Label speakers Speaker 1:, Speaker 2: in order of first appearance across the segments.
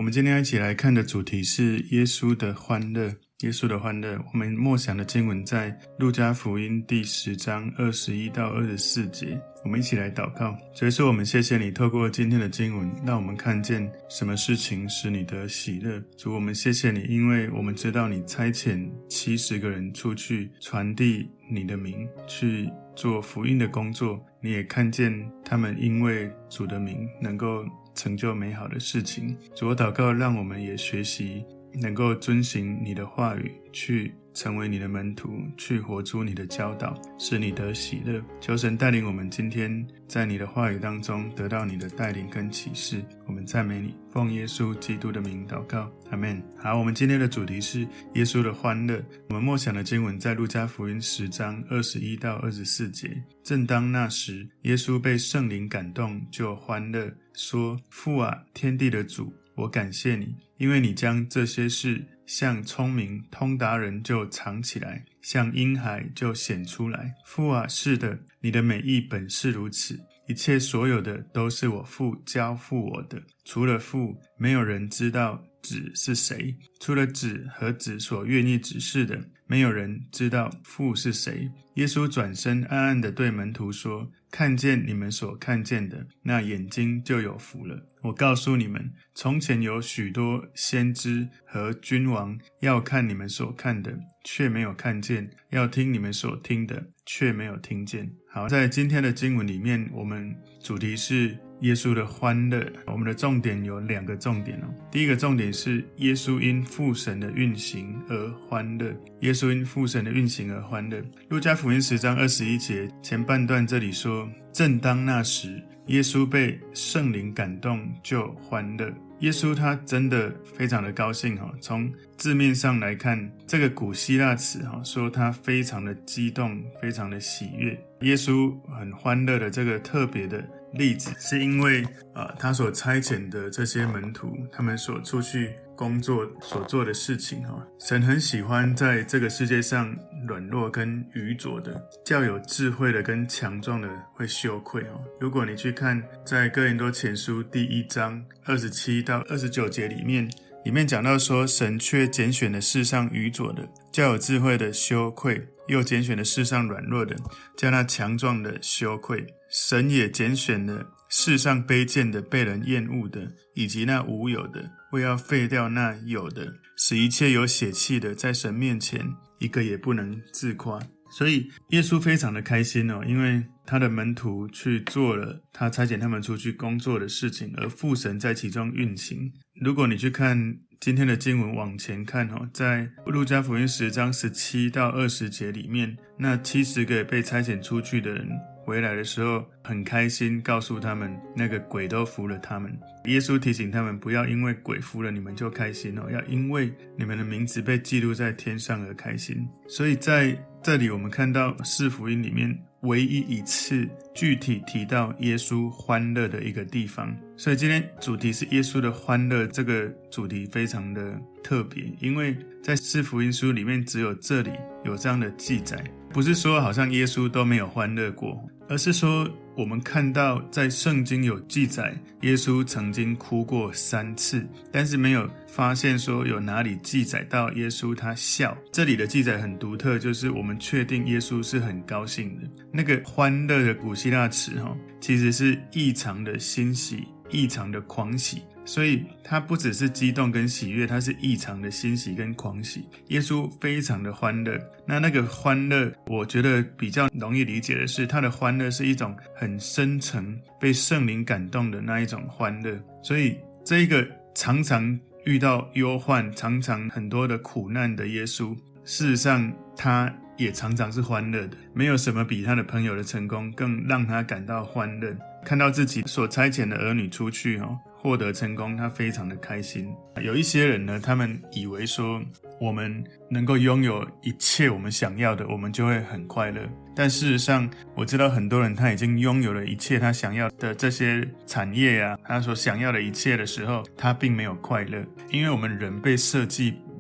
Speaker 1: 们今天要一起来看的主题是耶稣的欢乐。耶稣的欢乐，我们默想的经文在路加福音第10章21到24节。我们一起来祷告。主耶稣，我们谢谢你透过今天的经文，让我们看见什么事情使你的喜乐。主，我们谢谢你，因为我们知道你差遣70个人出去传递你的名，去做福音的工作。你也看见他们因为主的名能够成就美好的事情。主，我祷告，让我们也学习能够遵行你的话语，去成为你的门徒，去活出你的教导，使你的喜乐。求神带领我们今天在你的话语当中得到你的带领跟启示。我们赞美你，奉耶稣基督的名祷告，阿们。好，我们今天的主题是耶稣的欢乐。我们默想的经文在路加福音10章21到24节。正当那时，耶稣被圣灵感动，就欢乐，说：父啊，天地的主，我感谢你，因为你将这些事向聪明通达人就藏起来，向婴孩就显出来。父啊，是的，你的美意本是如此。一切所有的都是我父交付我的，除了父，没有人知道子是谁；除了子和子所愿意指示的，没有人知道父是谁。耶稣转身暗暗地对门徒说：看见你们所看见的，那眼睛就有福了。我告诉你们，从前有许多先知和君王要看你们所看的，却没有看见；要听你们所听的，却没有听见。好，在今天的经文里面，我们主题是耶稣的欢乐。我们的重点有2个重点。第一个重点是耶稣因父神的运行而欢乐。耶稣因父神的运行而欢乐。路加福音10章21节前半段这里说：正当那时，耶稣被圣灵感动，就欢乐。耶稣他真的非常的高兴。从字面上来看，这个古希腊词说他非常的激动，非常的喜悦。耶稣很欢乐的这个特别的例子，是因为他所差遣的这些门徒，他们所出去工作所做的事情。神很喜欢在这个世界上软弱跟愚拙的，较有智慧的跟强壮的会羞愧。如果你去看在哥林多前书第1章27到29节里面讲到说，神却拣选了世上愚拙的，较有智慧的羞愧，又拣选了世上软弱的，叫那强壮的羞愧。神也拣选了世上卑贱的，被人厌恶的，以及那无有的，为要废掉那有的，使一切有血气的在神面前一个也不能自夸。所以耶稣非常的开心因为他的门徒去做了他差遣他们出去工作的事情，而父神在其中运行。如果你去看今天的经文往前看在路加福音10章17到20节里面，那70个被差遣出去的人回来的时候很开心，告诉他们那个鬼都服了他们。耶稣提醒他们，不要因为鬼服了你们就开心要因为你们的名字被记录在天上而开心。所以在这里我们看到4福音里面唯一一次具体提到耶稣欢乐的一个地方。所以今天主题是耶稣的欢乐，这个主题非常的特别，因为在4福音书里面只有这里有这样的记载。不是说好像耶稣都没有欢乐过，而是说我们看到在圣经有记载耶稣曾经哭过3次，但是没有发现说有哪里记载到耶稣他笑。这里的记载很独特，就是我们确定耶稣是很高兴的。那个欢乐的古希腊词其实是异常的欣喜，异常的狂喜。所以他不只是激动跟喜悦，他是异常的欣喜跟狂喜。耶稣非常的欢乐。那个欢乐我觉得比较容易理解的是，他的欢乐是一种很深沉被圣灵感动的那一种欢乐。所以这一个常常遇到忧患，常常很多的苦难的耶稣，事实上他也常常是欢乐的。没有什么比他的朋友的成功更让他感到欢乐。看到自己所差遣的儿女出去获得成功，他非常的开心。有一些人呢，他们以为说我们能够拥有一切我们想要的，我们就会很快乐。但事实上我知道很多人他已经拥有了一切他想要的这些产业他所想要的一切的时候，他并没有快乐。因为我们人被设计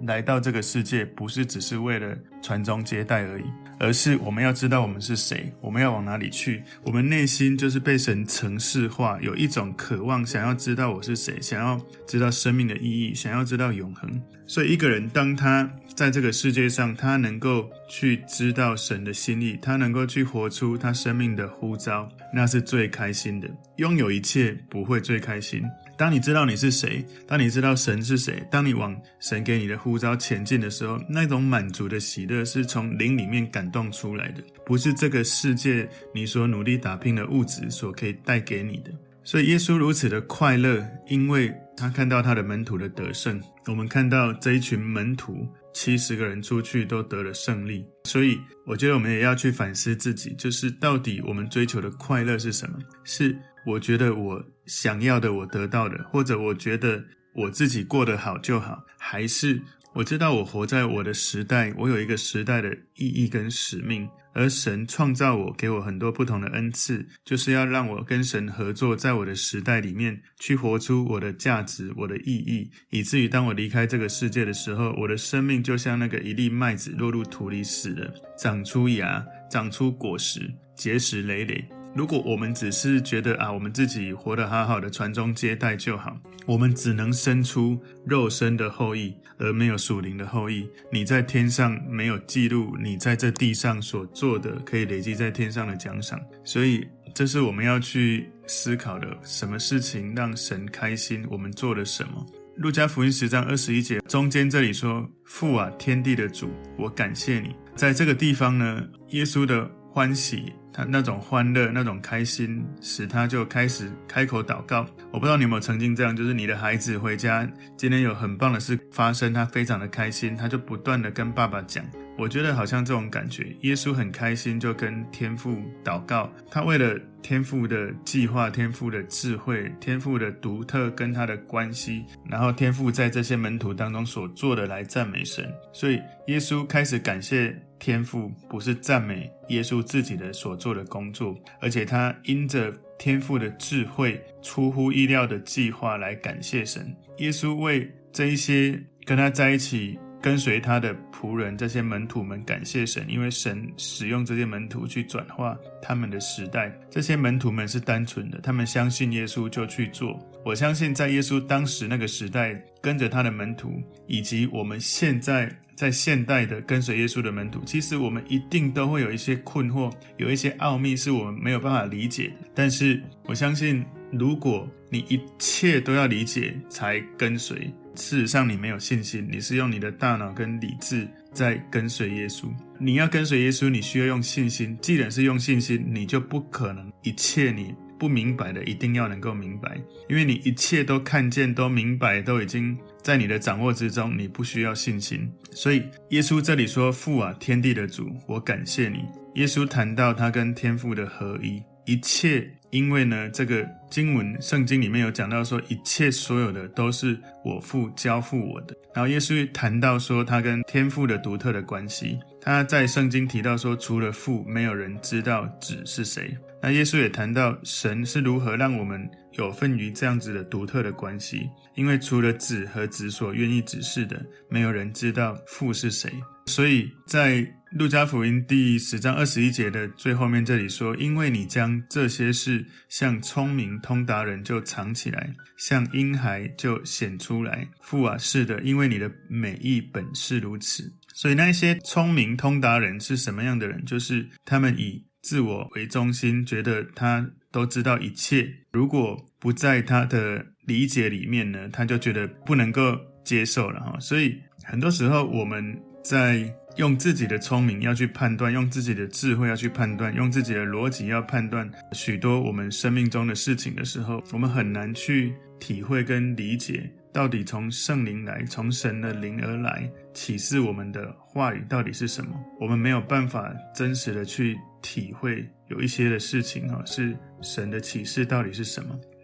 Speaker 1: 来到这个世界不是只是为了传宗接代而已，而是我们要知道我们是谁，我们要往哪里去。我们内心就是被神程式化，有一种渴望想要知道我是谁，想要知道生命的意义，想要知道永恒。所以一个人当他在这个世界上，他能够去知道神的心意，他能够去活出他生命的呼召，那是最开心的。拥有一切不会最开心。当你知道你是谁，当你知道神是谁，当你往神给你的呼召前进的时候，那种满足的喜乐是从灵里面感动出来的，不是这个世界你所努力打拼的物质所可以带给你的。所以耶稣如此的快乐，因为他看到他的门徒的得胜。我们看到这一群门徒70个人出去都得了胜利，所以我觉得我们也要去反思自己，就是到底我们追求的快乐是什么？是我觉得我想要的我得到的，或者我觉得我自己过得好就好，还是我知道我活在我的时代，我有一个时代的意义跟使命，而神创造我，给我很多不同的恩赐，就是要让我跟神合作，在我的时代里面去活出我的价值，我的意义，以至于当我离开这个世界的时候，我的生命就像那个一粒麦子落入土里死了，长出芽，长出果实，结实累累。如果我们只是觉得我们自己活得好好的，传宗接代就好，我们只能生出肉身的后裔，而没有属灵的后裔。你在天上没有记录你在这地上所做的可以累积在天上的奖赏，所以这是我们要去思考的。什么事情让神开心，我们做了什么。路加福音10章21节中间这里说，父啊，天地的主，我感谢你。在这个地方呢，耶稣的欢喜，他那种欢乐，那种开心，使他就开始开口祷告。我不知道你有没有曾经这样，就是你的孩子回家，今天有很棒的事发生，他非常的开心，他就不断的跟爸爸讲。我觉得好像这种感觉，耶稣很开心，就跟天父祷告，他为了天父的计划，天父的智慧，天父的独特跟他的关系，然后天父在这些门徒当中所做的来赞美神。所以耶稣开始感谢天父，不是赞美耶稣自己的所做的工作，而且他因着天父的智慧，出乎意料的计划来感谢神。耶稣为这一些跟他在一起跟随他的仆人，这些门徒们感谢神，因为神使用这些门徒去转化他们的时代。这些门徒们是单纯的，他们相信耶稣就去做。我相信在耶稣当时那个时代，跟着他的门徒，以及我们现在在现代的跟随耶稣的门徒，其实我们一定都会有一些困惑，有一些奥秘是我们没有办法理解的。但是我相信，如果你一切都要理解才跟随，事实上你没有信心，你是用你的大脑跟理智在跟随耶稣。你要跟随耶稣，你需要用信心。既然是用信心，你就不可能一切你不明白的一定要能够明白，因为你一切都看见，都明白，都已经在你的掌握之中，你不需要信心。所以耶稣这里说，父啊，天地的主，我感谢你。耶稣谈到他跟天父的合一，一切，因为呢，这个经文圣经里面有讲到说，一切所有的都是我父交付我的。然后耶稣谈到说他跟天父的独特的关系，他在圣经提到说，除了父，没有人知道子是谁。那耶稣也谈到神是如何让我们有份于这样子的独特的关系，因为除了子和子所愿意指示的，没有人知道父是谁。所以在路加福音第10章21节的最后面这里说，因为你将这些事向聪明通达人就藏起来，向婴孩就显出来。父啊，是的，因为你的美意本是如此。所以那些聪明通达人是什么样的人？就是他们以自我为中心，觉得他都知道一切，如果不在他的理解里面呢，他就觉得不能够接受了。所以很多时候我们在用自己的聪明要去判断，用自己的智慧要去判断，用自己的逻辑要判断许多我们生命中的事情的时候，我们很难去体会跟理解到底从圣灵来，从神的灵而来启示我们的话语到底是什么。我们没有办法真实的去体会有一些的事情是神的启示到底是什么。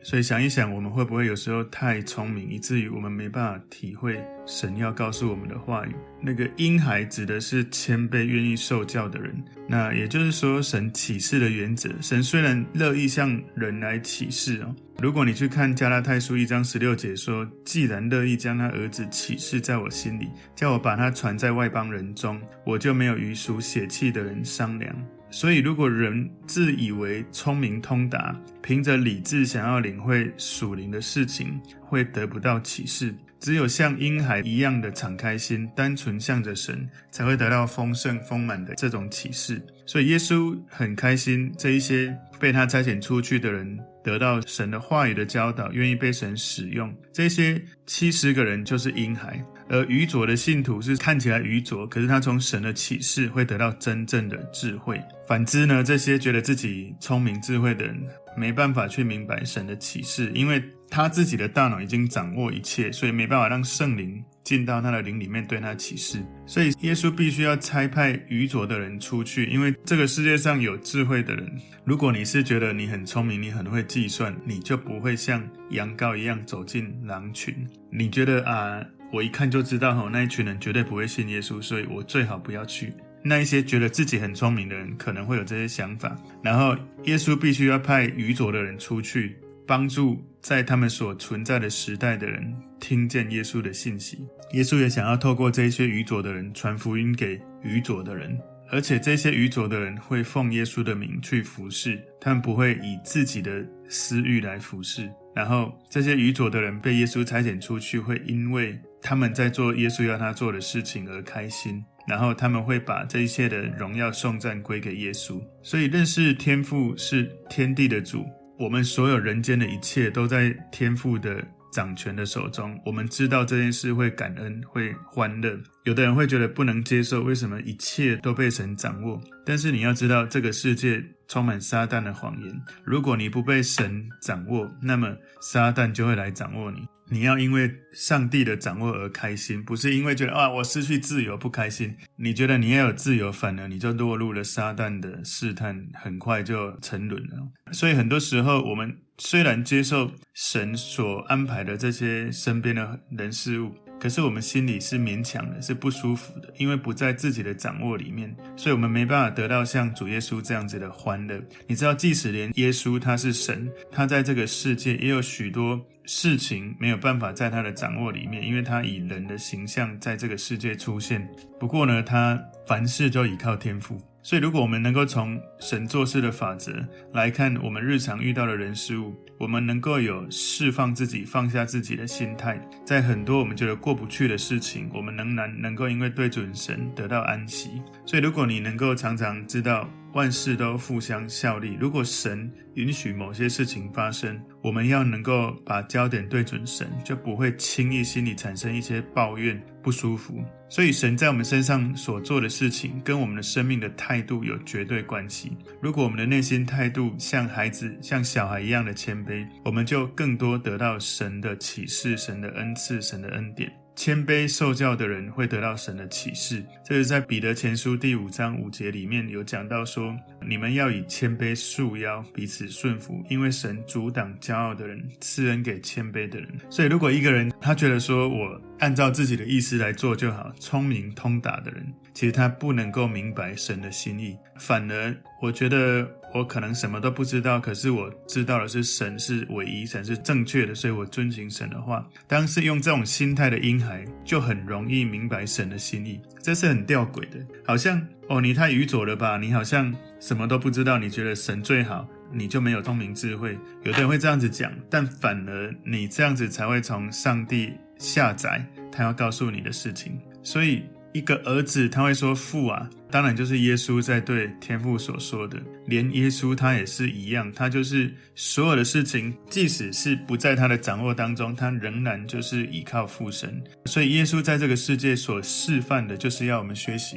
Speaker 1: 所以想一想，我们会不会有时候太聪明，以至于我们没办法体会神要告诉我们的话语。那个婴孩指的是谦卑愿意受教的人，那也就是说神启示的原则，神虽然乐意向人来启示如果你去看加拉太书1章16节说，既然乐意将他儿子启示在我心里，叫我把他传在外邦人中，我就没有与属血气的人商量。所以如果人自以为聪明通达，凭着理智想要领会属灵的事情，会得不到启示。只有像婴孩一样的敞开心，单纯向着神，才会得到丰盛丰满的这种启示。所以耶稣很开心，这一些被他差遣出去的人得到神的话语的教导，愿意被神使用。这些70个人就是婴孩，而愚拙的信徒是看起来愚拙，可是他从神的启示会得到真正的智慧。反之呢，这些觉得自己聪明智慧的人没办法去明白神的启示，因为他自己的大脑已经掌握一切，所以没办法让圣灵进到他的灵里面对他启示。所以耶稣必须要差派愚拙的人出去，因为这个世界上有智慧的人。如果你是觉得你很聪明，你很会计算，你就不会像羊羔一样走进狼群。你觉得我一看就知道那一群人绝对不会信耶稣，所以我最好不要去。那一些觉得自己很聪明的人可能会有这些想法，然后耶稣必须要派愚拙的人出去，帮助在他们所存在的时代的人听见耶稣的信息。耶稣也想要透过这些愚拙的人传福音给愚拙的人，而且这些愚拙的人会奉耶稣的名去服侍，他们不会以自己的私欲来服侍。然后这些愚拙的人被耶稣差遣出去，会因为他们在做耶稣要他做的事情而开心，然后他们会把这一切的荣耀颂赞归给耶稣。所以认识天父是天地的主，我们所有人间的一切都在天父的掌权的手中。我们知道这件事会感恩，会欢乐。有的人会觉得不能接受，为什么一切都被神掌握？但是你要知道，这个世界充满撒旦的谎言。如果你不被神掌握，那么撒旦就会来掌握你。你要因为上帝的掌握而开心，不是因为觉得我失去自由不开心。你觉得你要有自由，反而你就落入了撒旦的试探，很快就沉沦了。所以很多时候我们虽然接受神所安排的这些身边的人事物，可是我们心里是勉强的，是不舒服的，因为不在自己的掌握里面，所以我们没办法得到像主耶稣这样子的欢乐。你知道，即使连耶稣他是神，他在这个世界也有许多事情没有办法在他的掌握里面，因为他以人的形象在这个世界出现。不过呢，他凡事都依靠天父。所以如果我们能够从神做事的法则来看我们日常遇到的人事物，我们能够有释放自己放下自己的心态，在很多我们觉得过不去的事情，我们能够因为对准神得到安息。所以如果你能够常常知道万事都互相效力，如果神允许某些事情发生，我们要能够把焦点对准神，就不会轻易心里产生一些抱怨不舒服。所以神在我们身上所做的事情跟我们的生命的态度有绝对关系。如果我们的内心态度像孩子像小孩一样的谦卑，我们就更多得到神的启示，神的恩赐，神的恩典。谦卑受教的人会得到神的启示，这是在彼得前书第5章5节里面有讲到说，你们要以谦卑束腰，彼此顺服，因为神阻挡骄傲的人，赐恩给谦卑的人。所以如果一个人他觉得说我按照自己的意思来做就好，聪明通达的人，其实他不能够明白神的心意，反而我觉得我可能什么都不知道，可是我知道的是神是唯一，神是正确的，所以我遵行神的话。当是用这种心态的婴孩，就很容易明白神的心意。这是很吊诡的，好像你太愚拙了吧，你好像什么都不知道，你觉得神最好，你就没有聪明智慧。有的人会这样子讲，但反而你这样子才会从上帝下载他要告诉你的事情。所以一个儿子他会说父啊，当然就是耶稣在对天父所说的。连耶稣他也是一样，他就是所有的事情即使是不在他的掌握当中，他仍然就是依靠父神。所以耶稣在这个世界所示范的就是要我们学习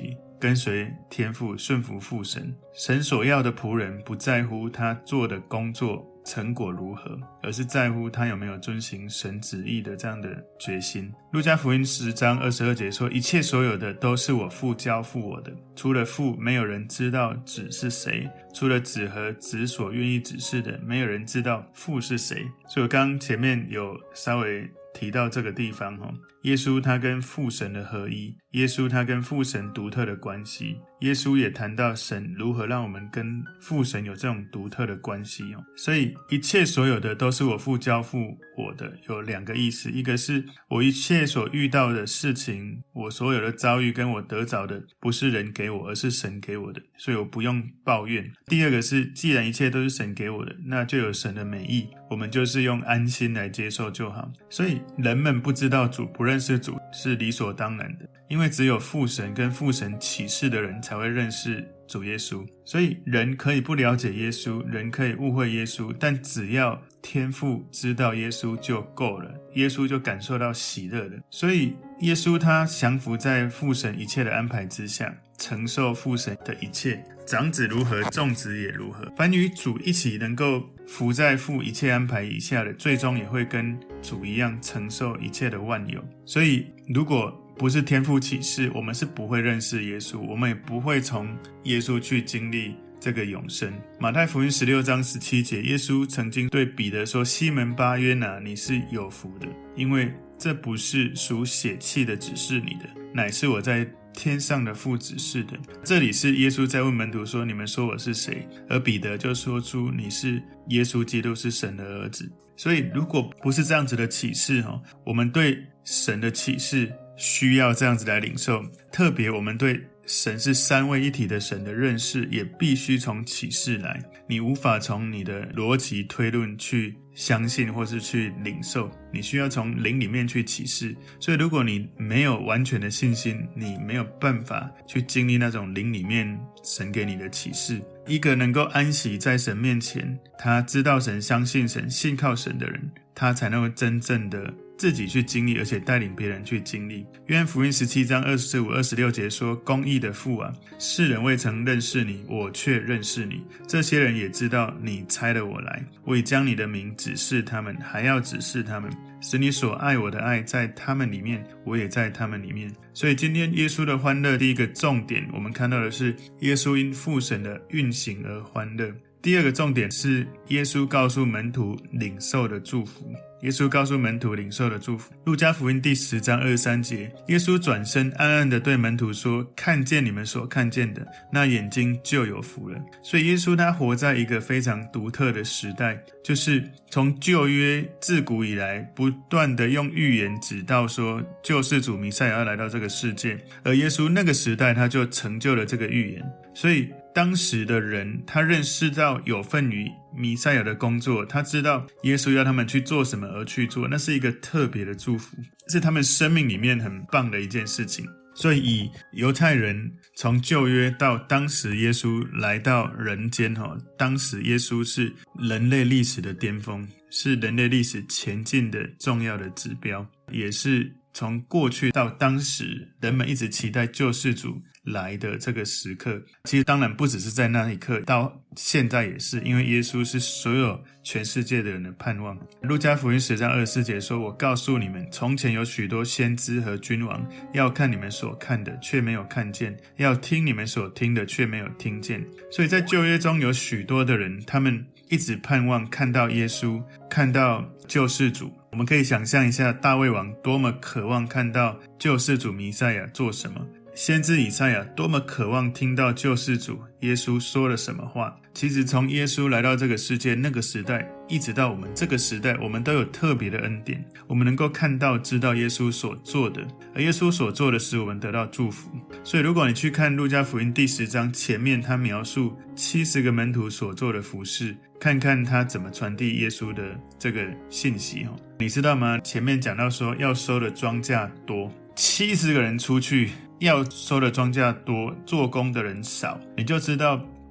Speaker 1: 跟随天父，顺服父神。神所要的仆人不在乎他做的工作成果如何，而是在乎他有没有遵行神旨意的这样的决心。路加福音10章22节说，一切所有的都是我父交付我的，除了父没有人知道子是谁，除了子和子所愿意指示的，没有人知道父是谁。所以我刚前面有稍微提到这个地方，耶稣他跟父神的合一，耶稣他跟父神独特的关系，耶稣也谈到神如何让我们跟父神有这种独特的关系。所以一切所有的都是我父交付我的，有两个意思，一个是我一切所遇到的事情，我所有的遭遇跟我得着的不是人给我，而是神给我的，所以我不用抱怨。第二个是既然一切都是神给我的，那就有神的美意，我们就是用安心来接受就好。所以人们不知道主，不认识主是理所当然的，因为只有父神跟父神启示的人才会认识主耶稣。所以人可以不了解耶稣，人可以误会耶稣，但只要天父知道耶稣就够了，耶稣就感受到喜乐了。所以耶稣他降服在父神一切的安排之下，承受父神的一切，长子如何，众子也如何。凡与主一起能够服在父一切安排以下的，最终也会跟主一样承受一切的万有。所以如果不是天父启示，我们是不会认识耶稣，我们也不会从耶稣去经历这个永生。马太福音16章17节，耶稣曾经对彼得说，西门巴约拿，你是有福的，因为这不是属血气的指示你的，乃是我在天上的父指示的。这里是耶稣在问门徒说，你们说我是谁？而彼得就说出，你是耶稣基督，是神的儿子。所以如果不是这样子的启示，我们对神的启示需要这样子来领受，特别我们对神是三位一体的神的认识也必须从启示来，你无法从你的逻辑推论去相信或是去领受，你需要从灵里面去启示。所以如果你没有完全的信心，你没有办法去经历那种灵里面神给你的启示。一个能够安息在神面前，他知道神，相信神，信靠神的人，他才能够真正的自己去经历，而且带领别人去经历。约翰福音17章25、26节说，公义的父啊，世人未曾认识你，我却认识你，这些人也知道你差了我来，我已将你的名指示他们，还要指示他们，使你所爱我的爱在他们里面，我也在他们里面。所以今天耶稣的欢乐，第一个重点我们看到的是耶稣因父神的运行而欢乐。第二个重点是耶稣告诉门徒领受的祝福。耶稣告诉门徒领受的祝福。路加福音第10章23节，耶稣转身暗暗地对门徒说，看见你们所看见的，那眼睛就有福了。所以耶稣他活在一个非常独特的时代，就是从旧约自古以来不断的用预言指到说救世主弥赛亚要来到这个世界，而耶稣那个时代他就成就了这个预言。所以当时的人他认识到有份于弥赛亚的工作，他知道耶稣要他们去做什么而去做，那是一个特别的祝福，是他们生命里面很棒的一件事情。所以以犹太人从旧约到当时耶稣来到人间，当时耶稣是人类历史的巅峰，是人类历史前进的重要的指标，也是从过去到当时人们一直期待救世主来的这个时刻。其实当然不只是在那一刻，到现在也是，因为耶稣是所有全世界的人的盼望。路加福音10章24节说，我告诉你们，从前有许多先知和君王，要看你们所看的却没有看见，要听你们所听的却没有听见。所以在旧约中有许多的人，他们一直盼望看到耶稣，看到救世主。我们可以想象一下大卫王多么渴望看到救世主弥赛亚做什么，先知以赛亚多么渴望听到救世主耶稣说了什么话。其实从耶稣来到这个世界那个时代，一直到我们这个时代，我们都有特别的恩典，我们能够看到知道耶稣所做的，而耶稣所做的使我们得到祝福。所以如果你去看路加福音第10章前面，他描述70个门徒所做的服事，看看他怎么传递耶稣的这个信息。你知道吗？前面讲到说要收的庄稼多，70个人出去，要收的庄稼多，做工的人少，你就知道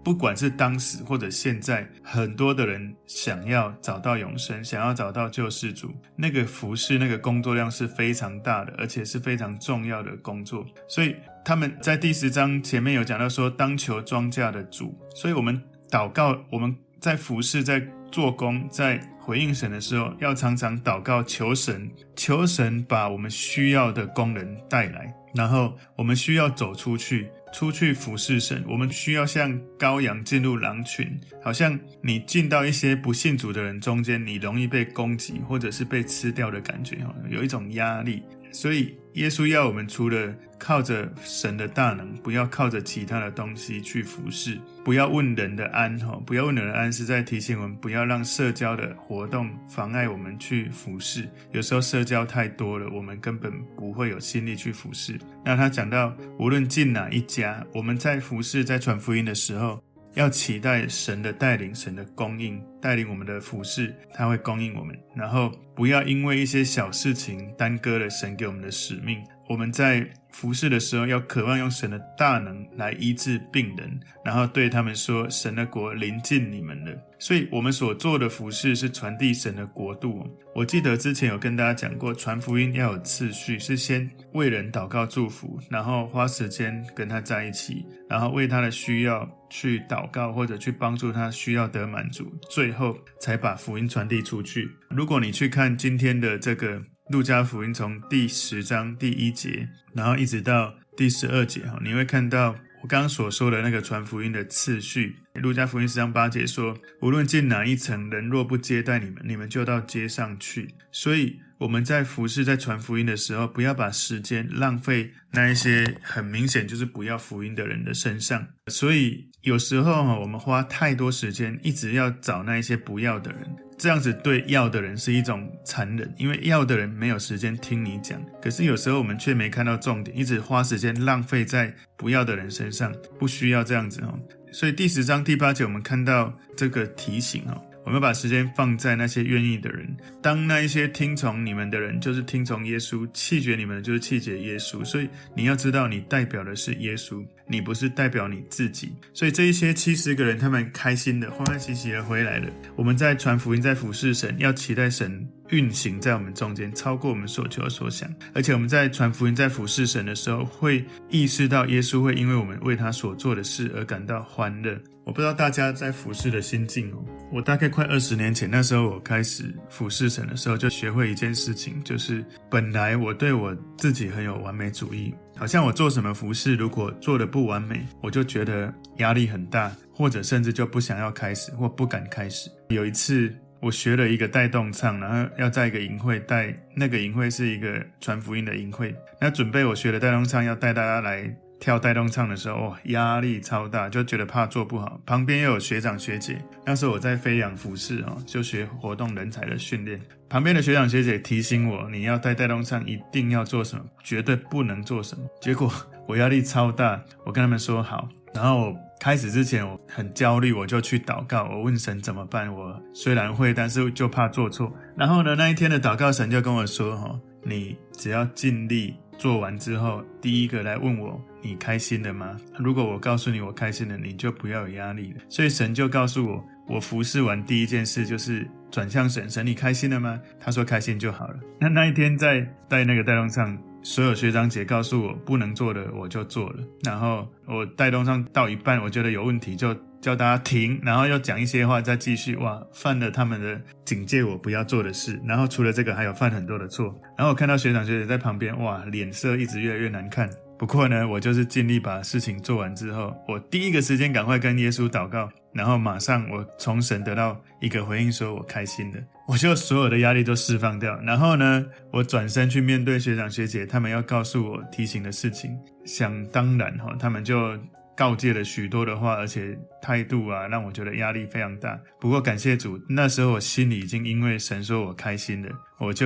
Speaker 1: 不管是当时或者现在，很多的人想要找到永生，想要找到救世主，那个服事那个工作量是非常大的，而且是非常重要的工作。所以他们在第10章前面有讲到说，当求庄稼的主。所以我们祷告，我们在服事，在做工，在回应神的时候，要常常祷告，求神把我们需要的工人带来，然后我们需要走出去服侍神。我们需要像羔羊进入狼群，好像你进到一些不信主的人中间，你容易被攻击或者是被吃掉的感觉，有一种压力。所以耶稣要我们除了靠着神的大能，不要靠着其他的东西去服侍，不要问人的安，不要问人的安是在提醒我们不要让社交的活动妨碍我们去服侍。有时候社交太多了，我们根本不会有心力去服侍。那他讲到无论进哪一家，我们在服侍在传福音的时候，要期待神的带领，神的供应，带领我们的服事，他会供应我们。然后不要因为一些小事情耽搁了神给我们的使命。我们在服事的时候，要渴望用神的大能来医治病人，然后对他们说，神的国临近你们了。所以我们所做的服事是传递神的国度。我记得之前有跟大家讲过，传福音要有次序，是先为人祷告祝福，然后花时间跟他在一起，然后为他的需要去祷告，或者去帮助他需要得满足，最后才把福音传递出去。如果你去看今天的这个路加福音，从第10章第1节然后一直到第12节，你会看到我刚刚所说的那个传福音的次序。路加福音10章8节说，无论进哪一层，人若不接待你们，你们就到街上去。所以我们在服事在传福音的时候，不要把时间浪费那一些很明显就是不要福音的人的身上。所以有时候我们花太多时间一直要找那一些不要的人，这样子对要的人是一种残忍，因为要的人没有时间听你讲。可是有时候我们却没看到重点，一直花时间浪费在不要的人身上，不需要这样子。所以第10章第8节我们看到这个提醒，我们把时间放在那些愿意的人。当那一些听从你们的人就是听从耶稣，弃绝你们的就是弃绝耶稣。所以你要知道，你代表的是耶稣，你不是代表你自己。所以这一些70个人，他们开心的欢欢喜喜的回来了。我们在传福音，在服侍神，要期待神运行在我们中间，超过我们所求所想。而且我们在传福音在服侍神的时候，会意识到耶稣会因为我们为他所做的事而感到欢乐。我不知道大家在服侍的心境，我大概快20年前，那时候我开始服侍神的时候，就学会一件事情，就是本来我对我自己很有完美主义，好像我做什么服侍如果做得不完美，我就觉得压力很大，或者甚至就不想要开始或不敢开始。有一次我学了一个带动唱，然后要在一个营会带，那个营会是一个传福音的营会，那准备我学的带动唱要带大家来跳带动唱的时候，压力超大，就觉得怕做不好。旁边又有学长学姐，那时候我在飞扬服侍，就学活动人才的训练。旁边的学长学姐提醒我，你要带动唱一定要做什么，绝对不能做什么。结果我压力超大，我跟他们说好，然后我开始之前我很焦虑，我就去祷告，我问神怎么办。我虽然会，但是就怕做错。然后呢，那一天的祷告，神就跟我说，你只要尽力做完之后，第一个来问我，你开心了吗？如果我告诉你我开心了，你就不要有压力了。所以神就告诉我，我服侍完第一件事就是转向神，神你开心了吗？他说开心就好了。那一天在带那个带动唱，所有学长姐告诉我不能做的我就做了，然后我带动唱到一半，我觉得有问题就叫大家停，然后又讲一些话再继续。犯了他们的警戒我不要做的事，然后除了这个还有犯很多的错。然后我看到学长学姐在旁边，脸色一直越来越难看。不过呢，我就是尽力把事情做完之后，我第一个时间赶快跟耶稣祷告，然后马上我从神得到一个回应，说我开心了，我就所有的压力都释放掉。然后呢，我转身去面对学长学姐他们要告诉我提醒的事情，想当然他们就告诫了许多的话，而且态度让我觉得压力非常大。不过感谢主，那时候我心里已经因为神说我开心了，我就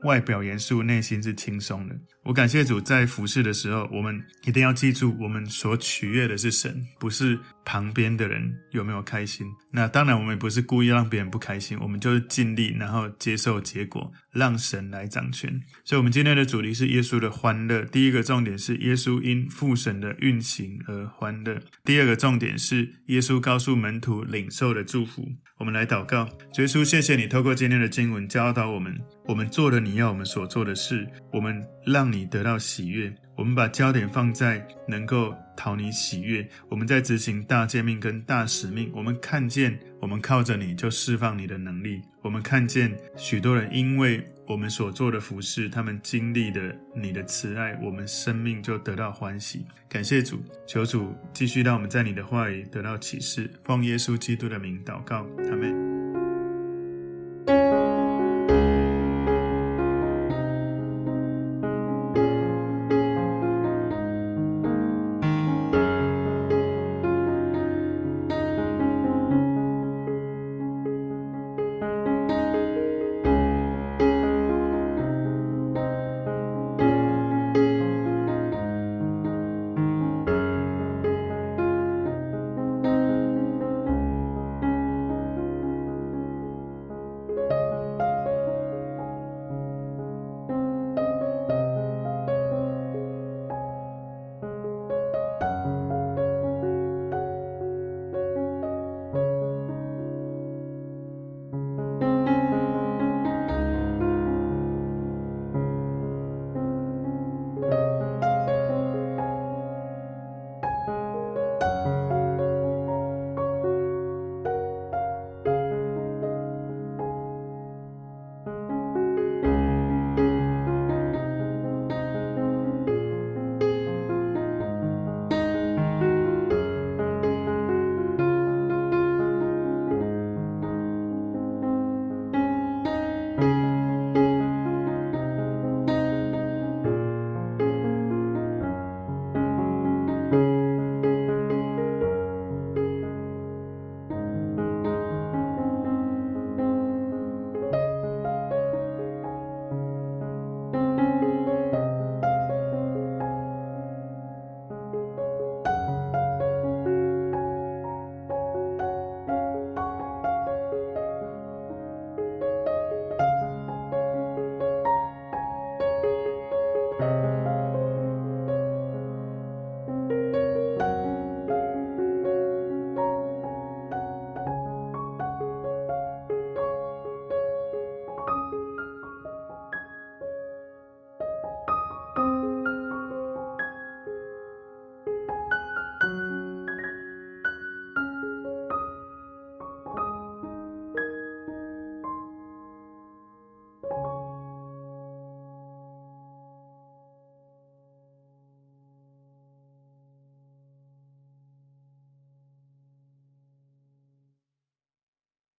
Speaker 1: 外表严肃，内心是轻松的。我感谢主，在服事的时候，我们一定要记住，我们所取悦的是神，不是旁边的人有没有开心。那当然我们也不是故意让别人不开心，我们就是尽力，然后接受结果，让神来掌权。所以我们今天的主题是耶稣的欢乐。第一个重点是耶稣因父神的运行而欢乐。第二个重点是耶稣告诉门徒领受的祝福。我们来祷告。主耶稣，谢谢你透过今天的经文教导我们，我们做了你要我们所做的事，我们让你得到喜悦，我们把焦点放在能够讨你喜悦，我们在执行大诫命跟大使命，我们看见我们靠着你就释放你的能力，我们看见许多人因为我们所做的服事，他们经历了你的慈爱，我们生命就得到欢喜。感谢主，求主继续让我们在你的话语得到启示，奉耶稣基督的名祷告，阿们。